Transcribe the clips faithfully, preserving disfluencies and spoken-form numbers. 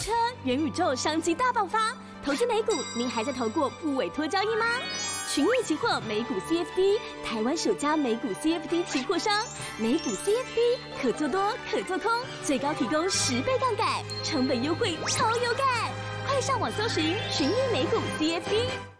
车，元宇宙商机大爆发。投资美股，您还在投过不委托交易吗？群益期货美股 C F D， 台湾首家美股 C F D 期货商，美股 C F D 可做多可做空，最高提供十倍杠杆，成本优惠超有感。快上网搜寻群益美股 C F D。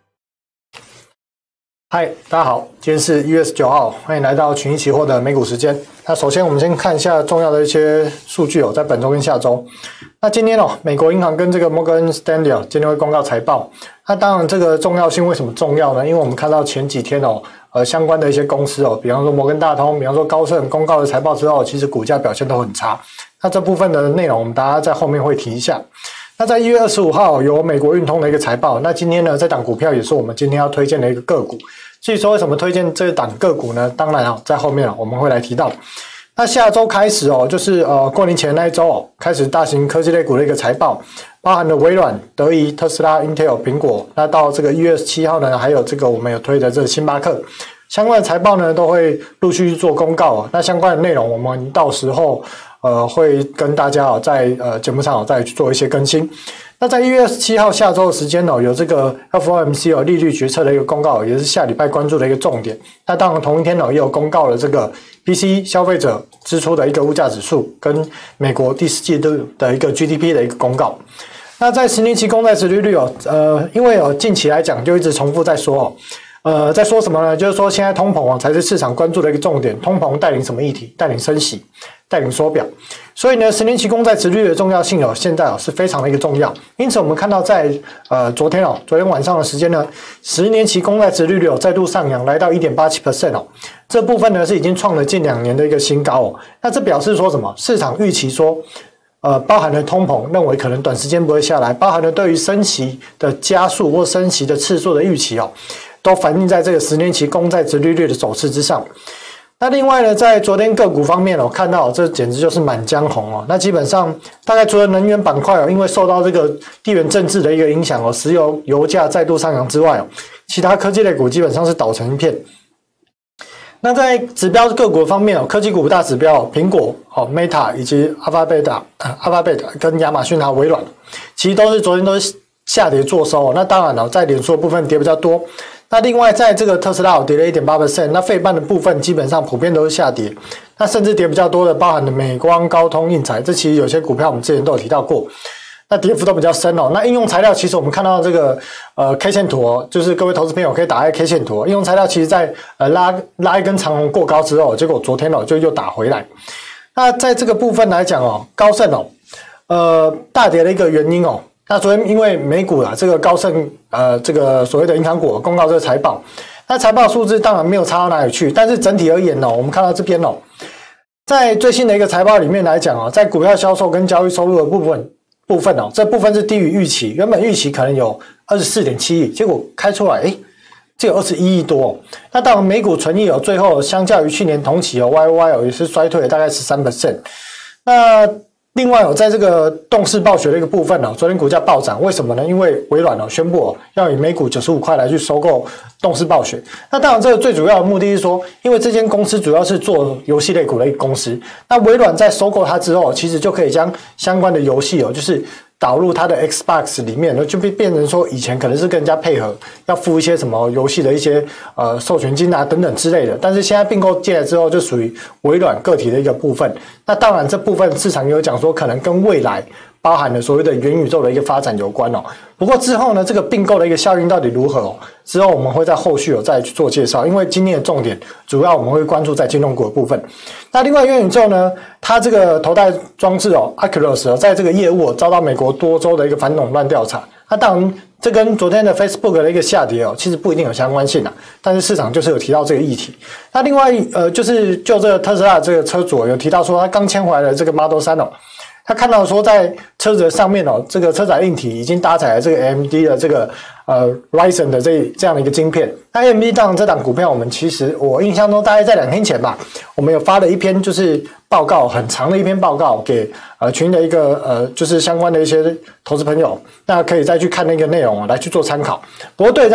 嗨，大家好，今天是一月十九号，欢迎来到群益期货的美股时间。那首先我们先看一下重要的一些数据哦，在本周跟下周。那今天哦，美国银行跟这个摩根士丹利哦，今天会公告财报。那当然这个重要性为什么重要呢？因为我们看到前几天哦，呃相关的一些公司哦，比方说摩根大通，比方说高盛公告了财报之后，其实股价表现都很差。那这部分的内容我们大家在后面会提一下。那在一月二十五号有美国运通的一个财报，那今天呢这档股票也是我们今天要推荐的一个个股。至于说为什么推荐这档个股呢？当然啊，在后面啊我们会来提到。那下周开始哦，就是呃过年前那一周哦，开始大型科技类股的一个财报，包含了微软、德仪、特斯拉、Intel、苹果。那到这个一月十七号呢，还有这个我们有推的这个星巴克相关的财报呢，都会陆续做公告哦。那相关的内容我们到时候呃会跟大家哦在呃节目上哦再去做一些更新。那在一月二十七号下周的时间哦，有这个 F O M C 哦利率决策的一个公告，也是下礼拜关注的一个重点。那当然同一天哦，也有公告了这个 P C E 消费者支出的一个物价指数，跟美国第四季度的一个 G D P 的一个公告。那在十年期公债殖利率哦，呃，因为哦近期来讲就一直重复在说哦。呃，在说什么呢？就是说现在通膨啊才是市场关注的一个重点。通膨带领什么议题？带领升息，带领缩表。所以呢，十年期公债殖利率的重要性哦，现在哦是非常的一个重要。因此，我们看到在呃昨天哦，昨天晚上的时间呢，十年期公债殖利率哦再度上扬，来到 百分之一点八七 哦。这部分呢是已经创了近两年的一个新高哦。那这表示说什么？市场预期说。呃，包含了通膨，认为可能短时间不会下来，包含了对于升息的加速或升息的次数的预期哦，都反映在这个十年期公债殖利率的走势之上。那另外呢，在昨天个股方面哦，看到这简直就是满江红哦。那基本上大概除了能源板块哦，因为受到这个地缘政治的一个影响哦，石油油价再度上扬之外哦，其他科技类股基本上是倒成一片。那在指标个股方面哦，科技股五大指标，苹果、哦 Meta 以及 Alphabet、Alphabet 跟亚马逊还有微软，其实都是昨天都是下跌做收哦。那当然了，在脸书的部分跌比较多。那另外在这个特斯拉跌了 百分之一点八， 那费半的部分基本上普遍都是下跌。那甚至跌比较多的，包含了美光、高通、印材，这其实有些股票我们之前都有提到过。那跌幅都比较深哦。那应用材料其实我们看到这个呃 K 线图哦，就是各位投资朋友可以打开 K 线图。应用材料其实在呃拉拉一根长红过高之后，结果昨天哦就又打回来。那在这个部分来讲哦，高盛哦，呃大跌的一个原因哦，那昨天因为美股啊这个高盛呃这个所谓的银行股公告这个财报，那财报数字当然没有差到哪里去，但是整体而言哦，我们看到这边哦，在最新的一个财报里面来讲哦，在股票销售跟交易收入的部分。部分哦，这部分是低于预期，原本预期可能有 二十四点七亿，结果开出来，诶，只有二十一亿多哦。那当然，美股纯益哦，最后相较于去年同期哦 ，Y O Y 哦也是衰退了大概 百分之十三。那另外哦，在这个动视暴雪的一个部分哦，昨天股价暴涨，为什么呢？因为微软哦宣布哦要以每股九十五块来去收购动视暴雪。那当然，这个最主要的目的是说，因为这间公司主要是做游戏类股的一个公司，那微软在收购它之后，其实就可以将相关的游戏哦，就是导入它的 Xbox 里面，就变成说以前可能是跟人家配合，要付一些什么游戏的一些呃授权金啊等等之类的，但是现在并购进来之后，就属于微软个体的一个部分。那当然，这部分市场也有讲说，可能跟未来包含了所谓的元宇宙的一个发展有关哦。不过之后呢，这个并购的一个效应到底如何哦？之后我们会在后续有再去做介绍，因为今天的重点主要我们会关注在金融股的部分。那另外元宇宙呢，它这个头戴装置哦 ，Oculus 哦，在这个业务、哦、遭到美国多州的一个反垄断调查。那当然，这跟昨天的 Facebook 的一个下跌哦，其实不一定有相关性啊。但是市场就是有提到这个议题。那另外呃，就是就这个特斯拉这个车主、哦、有提到说，他刚签回来的这个 Model 三哦。他看到说，在车子上面哦，这个车载硬体已经搭载了这个 A M D 的这个呃 Ryzen 的这这样的一个晶片。那 A M D 当然这档股票，我们其实我印象中大概在两天前吧，我们有发了一篇就是报告，很长的一篇报告给呃群的一个呃就是相关的一些投资朋友，那可以再去看那个内容来去做参考。不过对当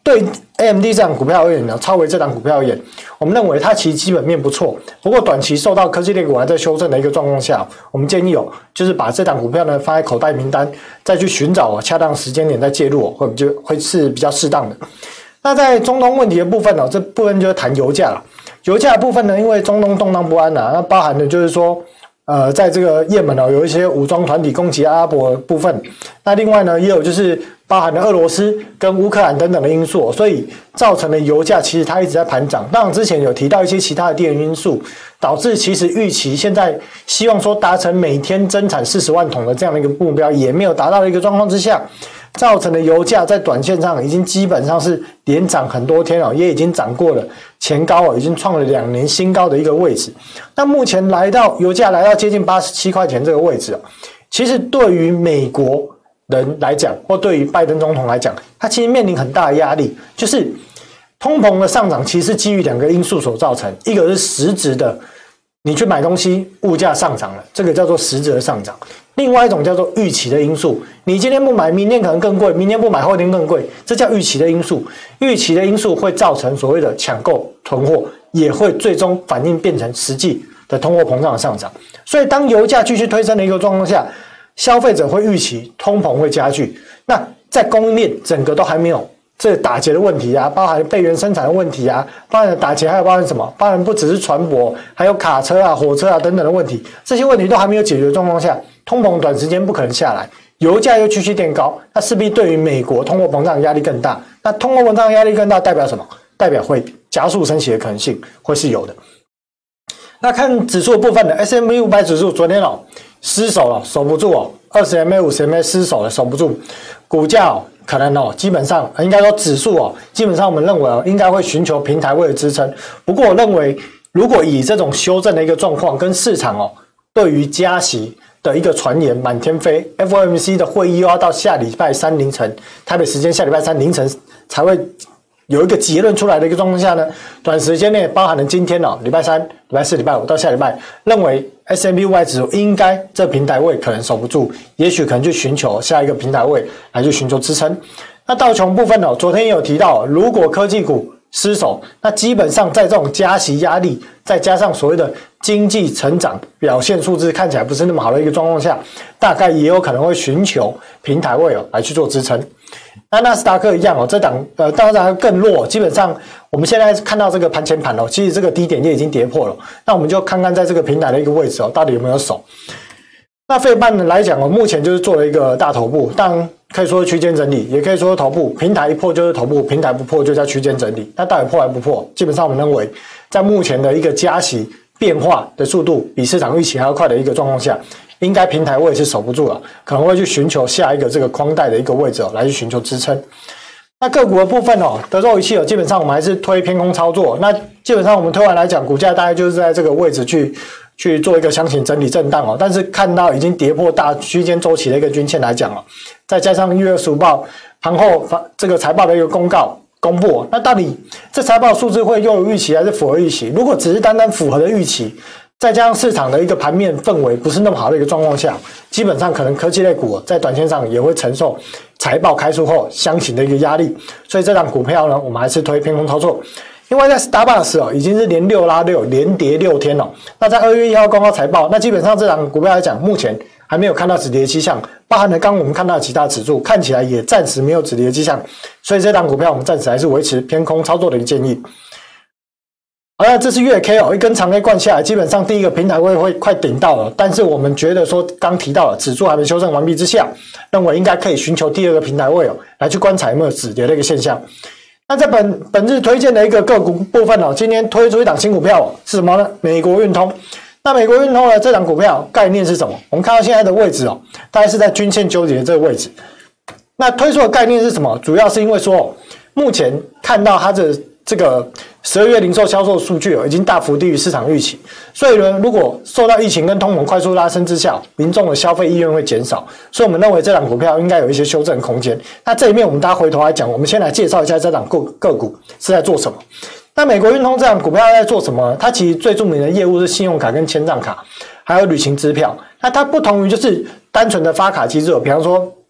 对 A M D 这档股票而言呢，超微这档股票而言，我们认为它其实基本面不错，不过短期受到科技类股还在修正的一个状况下，我们建议哦，就是把这档股票呢放在口袋名单，再去寻找哦恰当时间点再介入哦，会就会是比较适当的。那在中东问题的部分哦，这部分就是谈油价了。油价的部分呢，因为中东动荡不安啊，那包含的就是说，呃，在这个也门哦，有一些武装团体攻击阿拉伯的部分。那另外呢，也有就是包含了俄罗斯跟乌克兰等等的因素，所以造成的油价其实它一直在盘涨。当然之前有提到一些其他的地缘因素，导致其实预期现在希望说达成每天增产四十万桶的这样的一个目标，也没有达到的一个状况之下。造成的油价在短线上已经基本上是连涨很多天了，也已经涨过了前高哦，已经创了两年新高的一个位置。那目前来到油价来到接近八十七块钱这个位置哦，其实对于美国人来讲，或对于拜登总统来讲，他其实面临很大的压力，就是通膨的上涨其实是基于两个因素所造成，一个是实质的，你去买东西物价上涨了，这个叫做实质的上涨。另外一种叫做预期的因素，你今天不买，明天可能更贵；明天不买，后天更贵，这叫预期的因素。预期的因素会造成所谓的抢购囤货，也会最终反映变成实际的通货膨胀的上涨。所以，当油价继续推升的一个状况下，消费者会预期通膨会加剧。那在供应链整个都还没有这打结的问题啊，包含备源生产的问题啊，包含打结还有包含什么？包含不只是船舶，还有卡车啊、火车啊等等的问题，这些问题都还没有解决的状况下。通膨短时间不可能下来，油价又继续垫高，那势必对于美国通货膨胀压力更大。那通货膨胀压力更大代表什么？代表会加速升息的可能性会是有的。那看指数的部分的 S M P 五百 指数昨天哦失守了，守不住哦 ，二十 M A、五十 M A 失守了，守不住，股价哦可能哦基本上应该说指数哦，基本上我们认为哦应该会寻求平台位的支撑。不过我认为，如果以这种修正的一个状况跟市场哦对于加息的一个传言满天飞 ，F O M C 的会议又要到下礼拜三凌晨，台北时间下礼拜三凌晨才会有一个结论出来的一个状况下呢，短时间内包含了今天哦，礼拜三、礼拜四、礼拜五到下礼拜，认为 S M P 五百 指数应该这平台位可能守不住，也许可能去寻求下一个平台位来去寻求支撑。那道琼部分哦，昨天也有提到，如果科技股失守，那基本上在这种加息压力，再加上所谓的经济成长表现数字看起来不是那么好的一个状况下，大概也有可能会寻求平台位哦来去做支撑。那纳斯达克一样哦，这档呃当然更弱，基本上我们现在看到这个盘前盘哦，其实这个低点也已经跌破了。那我们就看看在这个平台的一个位置哦，到底有没有守。那费半来讲哦，目前就是做了一个大头部，当然可以说区间整理，也可以说头部。平台一破就是头部，平台不破就叫区间整理。那到底破还不破？基本上我们认为，在目前的一个加息变化的速度比市场预期还要快的一个状况下，应该平台位是守不住了，可能会去寻求下一个这个框带的一个位置哦，来去寻求支撑。那个股的部分哦，德州仪器哦，基本上我们还是推偏空操作。那基本上我们推完来讲，股价大概就是在这个位置去。去做一个箱型整理震荡哦，但是看到已经跌破大区间周期的一个均线来讲哦，再加上一月二十五号盘后这个财报的一个公告公布、哦，那到底这财报数字会优于预期还是符合预期？如果只是单单符合的预期，再加上市场的一个盘面氛围不是那么好的一个状况下，基本上可能科技类股、哦、在短线上也会承受财报开出后箱型的一个压力，所以这档股票呢，我们还是推偏空操作。另外在 Starbucks 哦，已经是连六拉六，连跌六天了。那在二月一号公告财报，那基本上这档股票来讲，目前还没有看到止跌迹象，包含了刚刚我们看到的其他指数，看起来也暂时没有止跌迹象，所以这档股票我们暂时还是维持偏空操作的一个建议。好，那这是月 K 哦，一根长 K 灌下来，基本上第一个平台位会快顶到了，但是我们觉得说刚提到了指数还没修正完毕之下，认为应该可以寻求第二个平台位哦，来去观察有没有止跌的一个现象。那在本本日推荐的一个个股部分哦，今天推出一档新股票哦，是什么呢？美国运通。那美国运通呢，这档股票概念是什么？我们看到现在的位置哦，大概是在均线纠结的这个位置。那推出的概念是什么？主要是因为说，目前看到它的这个十二月零售销售数据哦，已经大幅低于市场预期，所以呢，如果受到疫情跟通膨快速拉升之下，民众的消费意愿会减少，所以我们认为这档股票应该有一些修正空间。那这一面我们大家回头来讲，我们先来介绍一下这档个个股是在做什么。那美国运通这档股票在做什么？它其实最著名的业务是信用卡跟签账卡，还有旅行支票。那它不同于就是单纯的发卡机制，比方说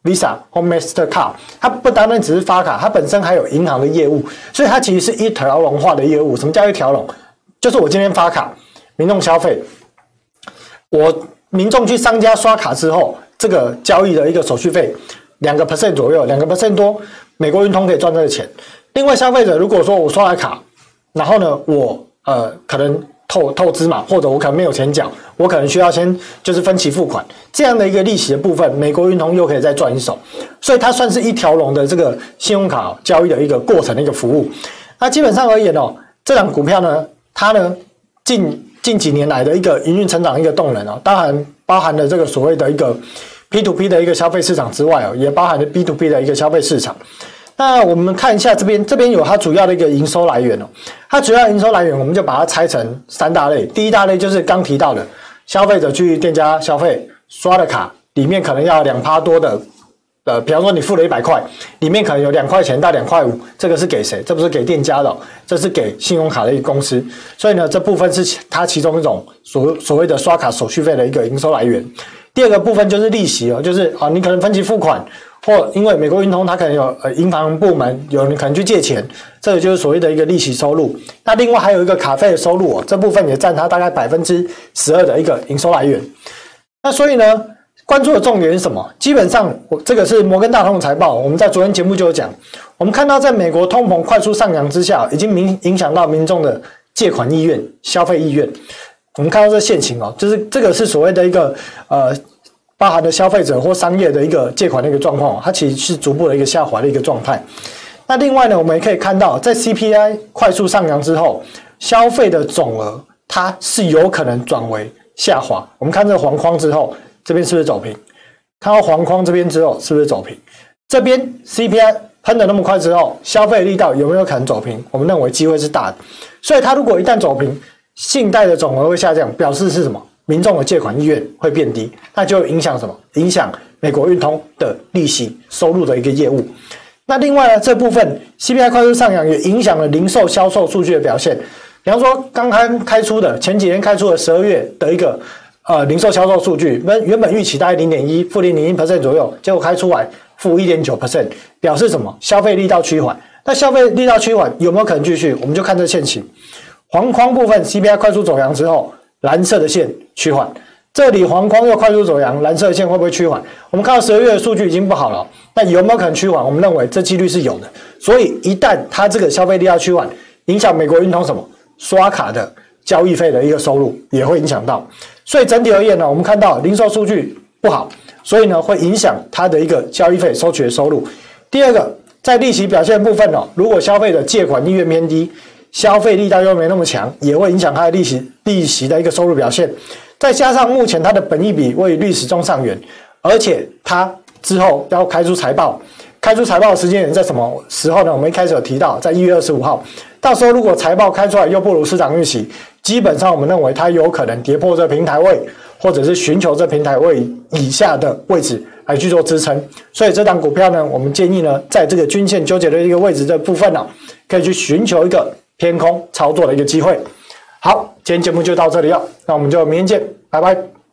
Visa 或 Mastercard， 它不单单只是发卡，它本身还有银行的业务，所以它其实是一条龙化的业务。什么叫一条龙？就是我今天发卡，民众消费，我民众去商家刷卡之后，这个交易的一个手续费两个 percent 左右，两个 percent 多，美国运通可以赚这个钱。另外，消费者如果说我刷了卡，然后呢，我呃可能透透支嘛，或者我可能没有钱缴，我可能需要先就是分期付款，这样的一个利息的部分，美国运通又可以再赚一手，所以它算是一条龙的这个信用卡交易的一个过程的一个服务。那基本上而言哦，这档股票呢，它呢近近几年来的一个营运成长一个动能哦，当然包含了这个所谓的一个 P to P 的一个消费市场之外哦，也包含了 B to B 的一个消费市场。那我们看一下这边，这边有它主要的一个营收来源哦。它主要营收来源，我们就把它拆成三大类。第一大类就是刚提到的，消费者去店家消费刷的卡，里面可能要两趴多的，呃，比方说你付了一百块，里面可能有两块钱到两块五，这个是给谁？这不是给店家的、哦，这是给信用卡的一个公司。所以呢，这部分是它其中一种所所谓的刷卡手续费的一个营收来源。第二个部分就是利息哦，就是啊，你可能分期付款。或因为美国运通它可能有呃银行部门有人可能去借钱，这个就是所谓的一个利息收入。那另外还有一个卡费的收入哦，这部分也占它大概百分之十二的一个营收来源。那所以呢，关注的重点是什么？基本上我这个是摩根大通的财报，我们在昨天节目就有讲，我们看到在美国通膨快速上扬之下，已经明影响到民众的借款意愿、消费意愿。我们看到这现情哦，就是这个是所谓的一个呃。包含了消费者或商业的一个借款的一个状况，它其实是逐步的一个下滑的一个状态。那另外呢，我们也可以看到，在 C P I 快速上扬之后，消费的总额它是有可能转为下滑。我们看这个黄框之后，这边是不是走平？看到黄框这边之后，是不是走平？这边 C P I 喷的那么快之后，消费力道有没有可能走平？我们认为机会是大的。所以它如果一旦走平，信贷的总额会下降，表示是什么？民众的借款意愿会变低，那就影响什么？影响美国运通的利息收入的一个业务。那另外呢，这部分 C P I 快速上扬也影响了零售销售数据的表现。比方说，刚刚开出的前几天开出的十二月的一个呃零售销售数据，原本预期大概 零点一 负 零点一 percent 左右，结果开出来负 一点九 percent， 表示什么？消费力道趋缓。那消费力道趋缓有没有可能继续？我们就看这线型，黄框部分 C P I 快速走扬之后。蓝色的线趋缓，这里黄框又快速走扬，蓝色的线会不会趋缓？我们看到十二月的数据已经不好了，那有没有可能趋缓？我们认为这几率是有的。所以一旦它这个消费力要趋缓，影响美国运通什么刷卡的交易费的一个收入也会影响到。所以整体而言呢，我们看到零售数据不好，所以呢会影响它的一个交易费收取的收入。第二个，在利息表现的部分哦，如果消费者借款意愿偏低。消费力道又没那么强，也会影响它的利息利息的一个收入表现。再加上目前它的本益比位于历史中上缘，而且它之后要开出财报，开出财报的时间点在什么时候呢？我们一开始有提到，在一月二十五号。到时候如果财报开出来又不如市场预期，基本上我们认为它有可能跌破这平台位，或者是寻求这平台位以下的位置来去做支撑。所以这档股票呢，我们建议呢，在这个均线纠结的一个位置的部分呢、啊，可以去寻求一个偏空操作的一个机会。好，今天节目就到这里了，那我们就明天见，拜拜。